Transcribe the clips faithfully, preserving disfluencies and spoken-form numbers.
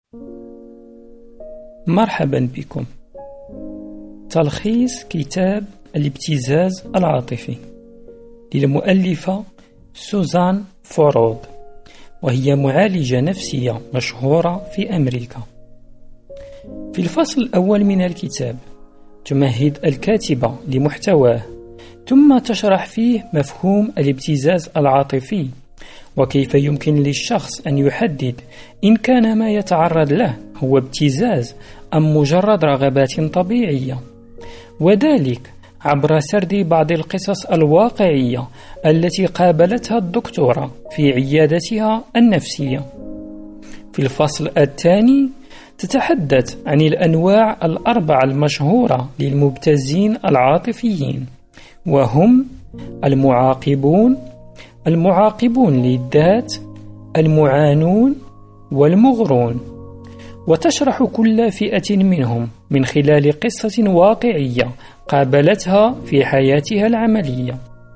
مرحبا بكم. تلخيص كتاب الابتزاز العاطفي للمؤلفة سوزان فورود، وهي معالجة نفسية مشهورة في أمريكا. في الفصل الأول من الكتاب تمهد الكاتبة لمحتواه، ثم تشرح فيه مفهوم الابتزاز العاطفي وكيف يمكن للشخص أن يحدد إن كان ما يتعرض له هو ابتزاز أم مجرد رغبات طبيعية، وذلك عبر سرد بعض القصص الواقعية التي قابلتها الدكتورة في عيادتها النفسية. في الفصل الثاني تتحدث عن الأنواع الأربعة المشهورة للمبتزين العاطفيين، وهم المعاقبون، المعاقبون للذات، المعانون، والمغرون، وتشرح كل فئة منهم من خلال قصة واقعية قابلتها في حياتها العملية.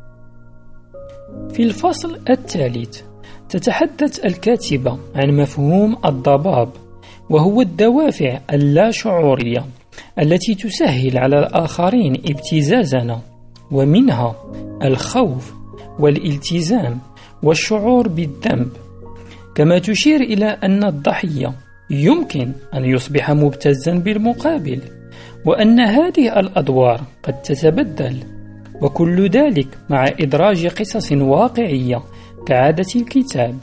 في الفصل الثالث تتحدث الكاتبة عن مفهوم الضباب، وهو الدوافع اللاشعورية التي تسهل على الآخرين ابتزازنا، ومنها الخوف والالتزام والشعور بالذنب. كما تشير إلى أن الضحية يمكن أن يصبح مبتزا بالمقابل، وأن هذه الأدوار قد تتبدل، وكل ذلك مع إدراج قصص واقعية كعادة الكتاب.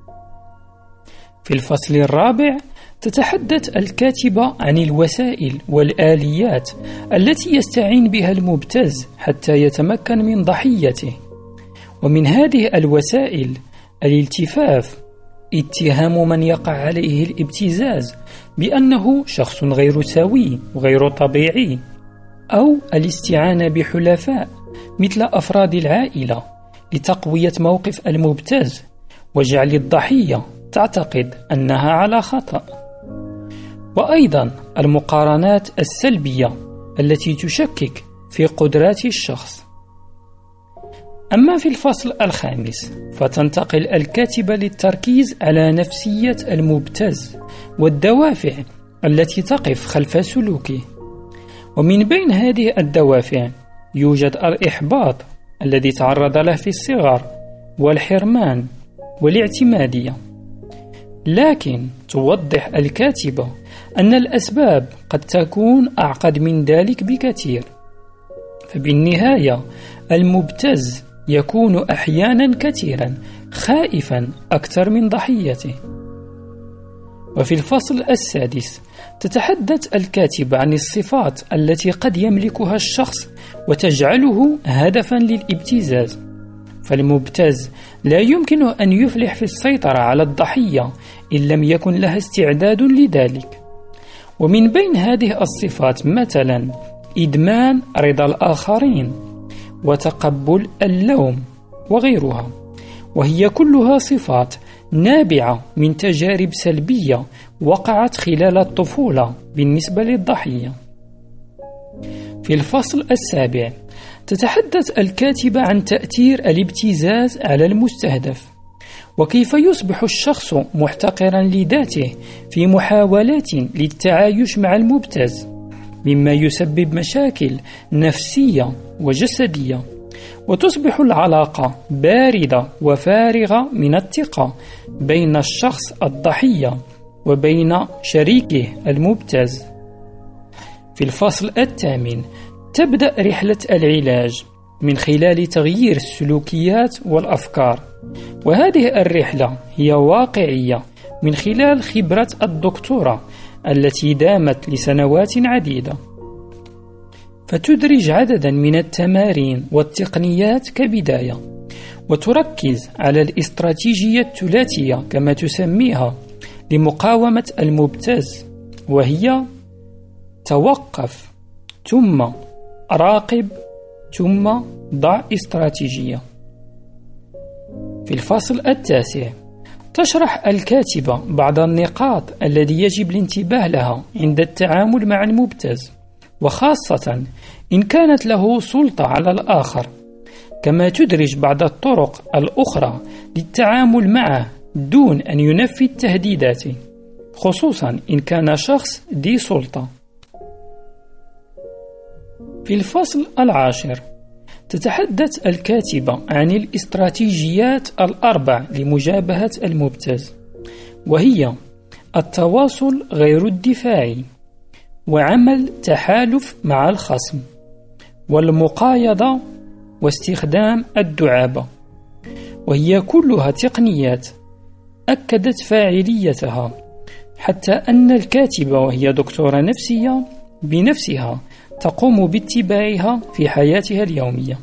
في الفصل الرابع تتحدث الكاتبة عن الوسائل والآليات التي يستعين بها المبتز حتى يتمكن من ضحيته، ومن هذه الوسائل الالتفاف، اتهام من يقع عليه الابتزاز بأنه شخص غير سوي وغير طبيعي، أو الاستعانة بحلفاء مثل أفراد العائلة لتقوية موقف المبتز وجعل الضحية تعتقد أنها على خطأ، وأيضا المقارنات السلبية التي تشكك في قدرات الشخص. أما في الفصل الخامس فتنتقل الكاتبة للتركيز على نفسية المبتز والدوافع التي تقف خلف سلوكه، ومن بين هذه الدوافع يوجد الإحباط الذي تعرض له في الصغر، والحرمان، والاعتمادية. لكن توضح الكاتبة أن الأسباب قد تكون أعقد من ذلك بكثير، فبالنهاية المبتز يكون أحيانا كثيرا خائفا أكثر من ضحيته. وفي الفصل السادس تتحدث الكاتبة عن الصفات التي قد يملكها الشخص وتجعله هدفا للابتزاز، فالمبتز لا يمكن أن يفلح في السيطرة على الضحية إن لم يكن لها استعداد لذلك. ومن بين هذه الصفات مثلا إدمان رضا الآخرين، وتقبل اللوم، وغيرها، وهي كلها صفات نابعة من تجارب سلبية وقعت خلال الطفولة بالنسبة للضحية. في الفصل السابع تتحدث الكاتبة عن تأثير الابتزاز على المستهدف، وكيف يصبح الشخص محتقرا لذاته في محاولات للتعايش مع المبتز، مما يسبب مشاكل نفسية وجسدية، وتصبح العلاقة باردة وفارغة من الثقة بين الشخص الضحية وبين شريكه المبتز. في الفصل الثامن تبدأ رحلة العلاج من خلال تغيير السلوكيات والأفكار، وهذه الرحلة هي واقعية من خلال خبرة الدكتورة التي دامت لسنوات عديدة، فتدرج عددا من التمارين والتقنيات كبداية، وتركز على الاستراتيجية الثلاثية كما تسميها لمقاومة المبتز، وهي توقف، ثم راقب، ثم ضع استراتيجية. في الفصل التاسع تشرح الكاتبة بعض النقاط التي يجب الانتباه لها عند التعامل مع المبتز، وخاصة إن كانت له سلطة على الآخر، كما تدرج بعض الطرق الأخرى للتعامل معه دون أن ينفذ تهديداته، خصوصا إن كان شخص ذي سلطة. في الفصل العاشر تتحدث الكاتبة عن الاستراتيجيات الأربع لمجابهة المبتز، وهي التواصل غير الدفاعي، وعمل تحالف مع الخصم، والمقايضة، واستخدام الدعابة، وهي كلها تقنيات أكدت فاعليتها، حتى أن الكاتبة وهي دكتورة نفسية بنفسها تقوم باتباعها في حياتها اليومية.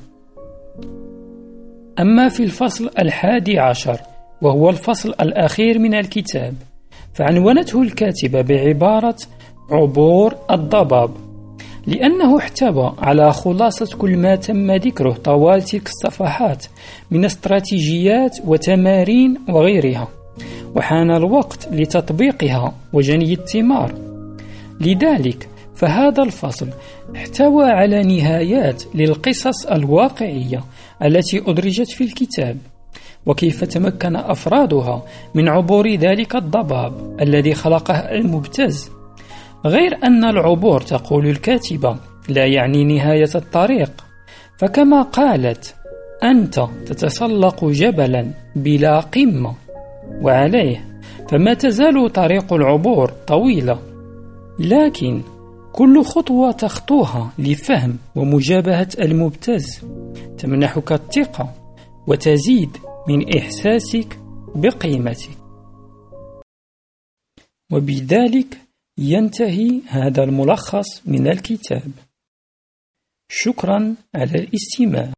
أما في الفصل الحادي عشر وهو الفصل الأخير من الكتاب، فعنونته الكاتبة بعبارة عبور الضباب، لأنه احتوى على خلاصة كل ما تم ذكره طوال تلك الصفحات من استراتيجيات وتمارين وغيرها، وحان الوقت لتطبيقها وجني الثمار. لذلك فهذا الفصل احتوى على نهايات للقصص الواقعية التي أدرجت في الكتاب، وكيف تمكن أفرادها من عبور ذلك الضباب الذي خلقه المبتز. غير أن العبور، تقول الكاتبة، لا يعني نهاية الطريق، فكما قالت: أنت تتسلق جبلا بلا قمة وعليه، فما تزال طريق العبور طويلة، لكن كل خطوة تخطوها لفهم ومجابهة المبتز تمنحك الثقة وتزيد من إحساسك بقيمتك. وبذلك ينتهي هذا الملخص من الكتاب. شكرا على الاستماع.